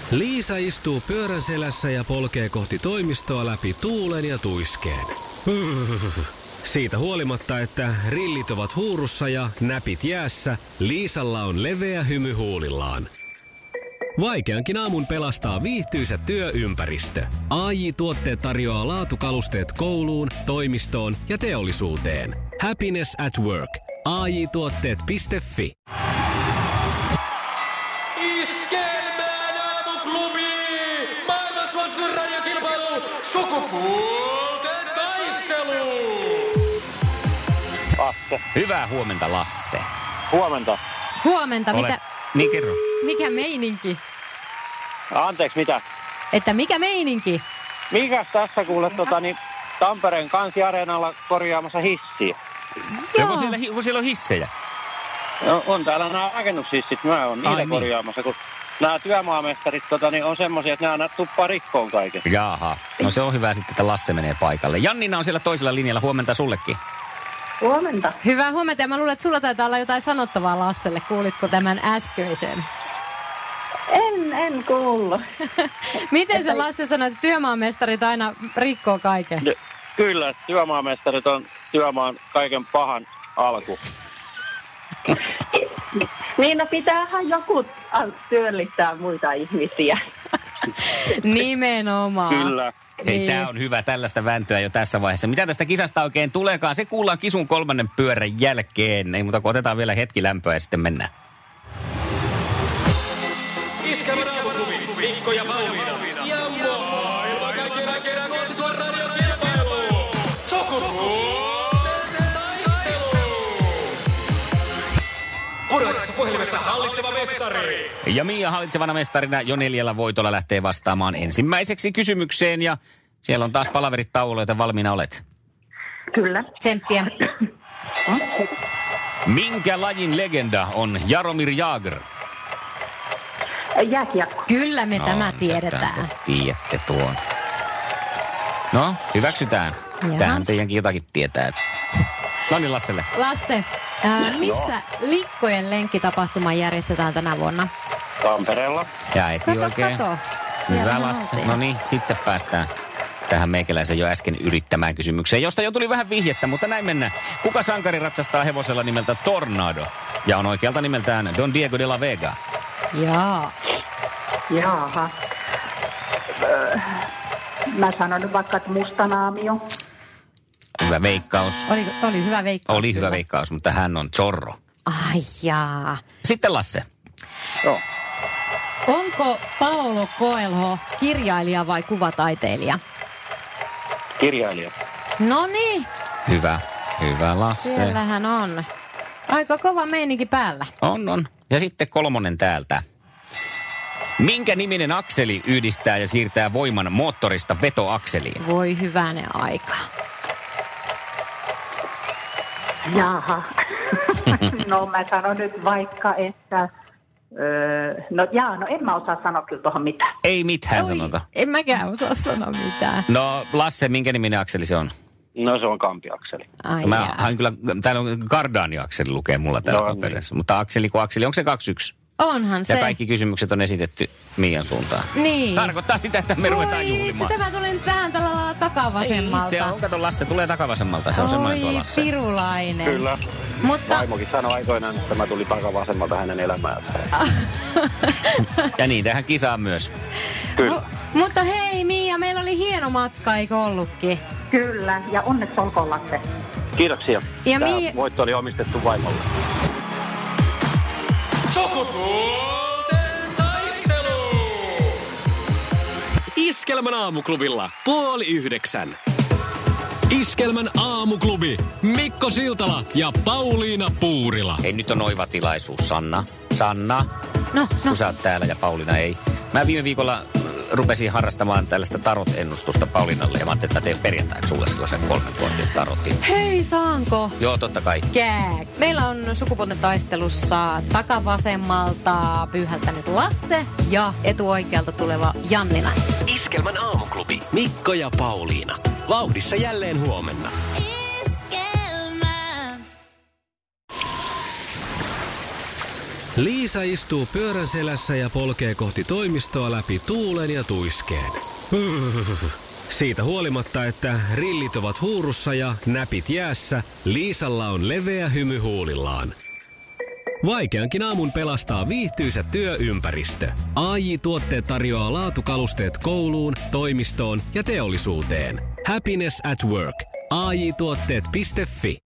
Liisa istuu pyörän selässä ja polkee kohti toimistoa läpi tuulen ja tuiskeen. Siitä huolimatta, että rillit ovat huurussa ja näpit jäässä, Liisalla on leveä hymy huulillaan. Vaikeankin aamun pelastaa viihtyisä työympäristö. AJ-tuotteet tarjoaa laatukalusteet kouluun, toimistoon ja teollisuuteen. Happiness at work. AJ-tuotteet.fi. Iskelmään aamuklubi! Maailman suosituin radiokilpailu! Sukupuolten taistelu! Lasse. Hyvää huomenta, Lasse. Huomenta. Huomenta, Ole... mitä... Niin kerro. Mikä meininki? Anteeksi, mitä? Että mikä meininki? Mikäs tässä kuule Tampereen Kansi-areenalla korjaamassa hissiä? Joo. Onko siellä on hissejä? No, on täällä nämä rakennushissit, mä oon niitä korjaamassa, kun nämä työmaamestarit on semmosia, että nämä tuppaa rikkoon kaiken. Jaha. No se on hyvä sitten, että Lasse menee paikalle. Jannina on siellä toisella linjalla. Huomenta sullekin. Huomenta. Hyvää huomenta, ja mä luulen, että sulla taitaa olla jotain sanottavaa Lasselle. Kuulitko tämän äskeisen? En kuullut. Miten se Lasse sanoi, että työmaamestarit aina rikkoo kaiken? Kyllä, työmaamestarit on työmaan kaiken pahan alku. Niin, no pitäähän joku työllistää muita ihmisiä. Nimenomaan. Kyllä. Hei, Niin. tää on hyvä tällaista vääntöä jo tässä vaiheessa. Mitä tästä kisasta oikein tuleekaan? Se kuullaan kisun 3. pyörän jälkeen. Ei muuta kuin otetaan vielä hetki lämpöä ja sitten mennään. Iskelmän aamuklubi, Mikko ja Pauliina. Ja maailman kaikkien aikeen suosituen radiokilpailu. Sukupuolten taistelu. Puraisessa puhelimessa hallitseva mestari. Ja Mia hallitsevana mestarina jo 4 voitolla lähtee vastaamaan ensimmäiseksi kysymykseen. Ja siellä on taas palaverit taululla, joten valmiina olet. Kyllä. Tsemppiä. Minkä lajin legenda on Jaromir Jagr? Jääkiekko. Kyllä me tämä No, tiedetään. te tiedätte tuon. No, hyväksytään. Jaha. Tähän teidänkin jotakin tietää. No niin, Lasselle. Lasse, missä Likkojen lenkkitapahtuma järjestetään tänä vuonna? Tampereella. Ja eti oikein. Kato. Hyvä, Siellä Lasse. oltiin. No niin, sitten päästään tähän meikäläisen jo äsken yrittämään kysymykseen, josta jo tuli vähän vihjettä, mutta näin mennään. Kuka sankari ratsastaa hevosella nimeltä Tornado? Ja on oikealta nimeltään Don Diego de la Vega. Jaa. Jaaha. Mä sanon nyt vaikka, että Mustanaamio. Hyvä veikkaus. Oli hyvä veikkaus. Oli hyvä kyllä. veikkaus, mutta hän on Zorro. Ai jaa. Sitten Lasse. Joo. Onko Paolo Coelho kirjailija vai kuvataiteilija? Kirjailija. No niin, Hyvä. Hyvä, Lasse. siellähän on. Aika kova meininki päällä. On. Ja sitten 3 täältä. Minkä niminen akseli yhdistää ja siirtää voiman moottorista vetoakseliin? Voi hyvänen aika. Jaaha. No mä sanon nyt vaikka, että... no en mä osaa sanoa kyllä tuohon mitään. Ei mitään sanota. En mäkään osaa sanoa mitään. No Lasse, minkä niminen akseli se on? No se on kampiakseli. Ai Mä jaa. hain kyllä, täällä on Cardani-akseli lukee mulla täällä No paperissa. Mutta akseli kuin akseli, onko se 2-1? Onhan se. Ja kaikki kysymykset on esitetty Mian suuntaan. Niin. Tarkoittaa sitä, että me ruvetaan juhlimaan. Tämä tuli nyt vähän tällä lailla takavasemmalta. Se on, kato Lasse, tulee takavasemmalta. Se on semmoinen tuo Oi, Lasse. pirulainen. Kyllä. Mutta Vaimokin sanoi aikoinaan, että mä tulin takavasemmalta hänen elämäänsä. Ja niin, tähän kisaan myös. Kyllä. mutta hei Mia, meillä oli hieno matka, eikö ollutkin? Kyllä, ja onneksi olkoon Lasse. Kiitoksia. Ja Tämä Mia- voitto oli omistettu vaimolle. Sukupuolten taistelu. Iskelmän aamuklubilla 8:30. Iskelmän aamuklubi. Mikko Siltala ja Pauliina Puurila. Hei, nyt on oiva tilaisuus, Sanna, No. kun sä oot täällä ja Pauliina ei. Mä viime viikolla rupesin harrastamaan tällaista tarot-ennustusta Paulinalle ja mä ajattelin, että mä teen perjantaiksi sulle sellaisen 3 kortin tarotin. Hei, saanko? Joo, totta kai. Kääk. Meillä on sukupuolten taistelussa takavasemmalta pyyhältänyt Lasse ja etuoikealta tuleva Jannina. Iskelmän aamuklubi. Mikko ja Pauliina. Vauhdissa jälleen huomenna. Liisa istuu pyörän selässä ja polkee kohti toimistoa läpi tuulen ja tuiskeen. Siitä huolimatta, että rillit ovat huurussa ja näpit jäässä, Liisalla on leveä hymy huulillaan. Vaikeankin aamun pelastaa viihtyisä työympäristö. AJ-tuotteet tarjoaa laatukalusteet kouluun, toimistoon ja teollisuuteen. Happiness at work. AJ-tuotteet.fi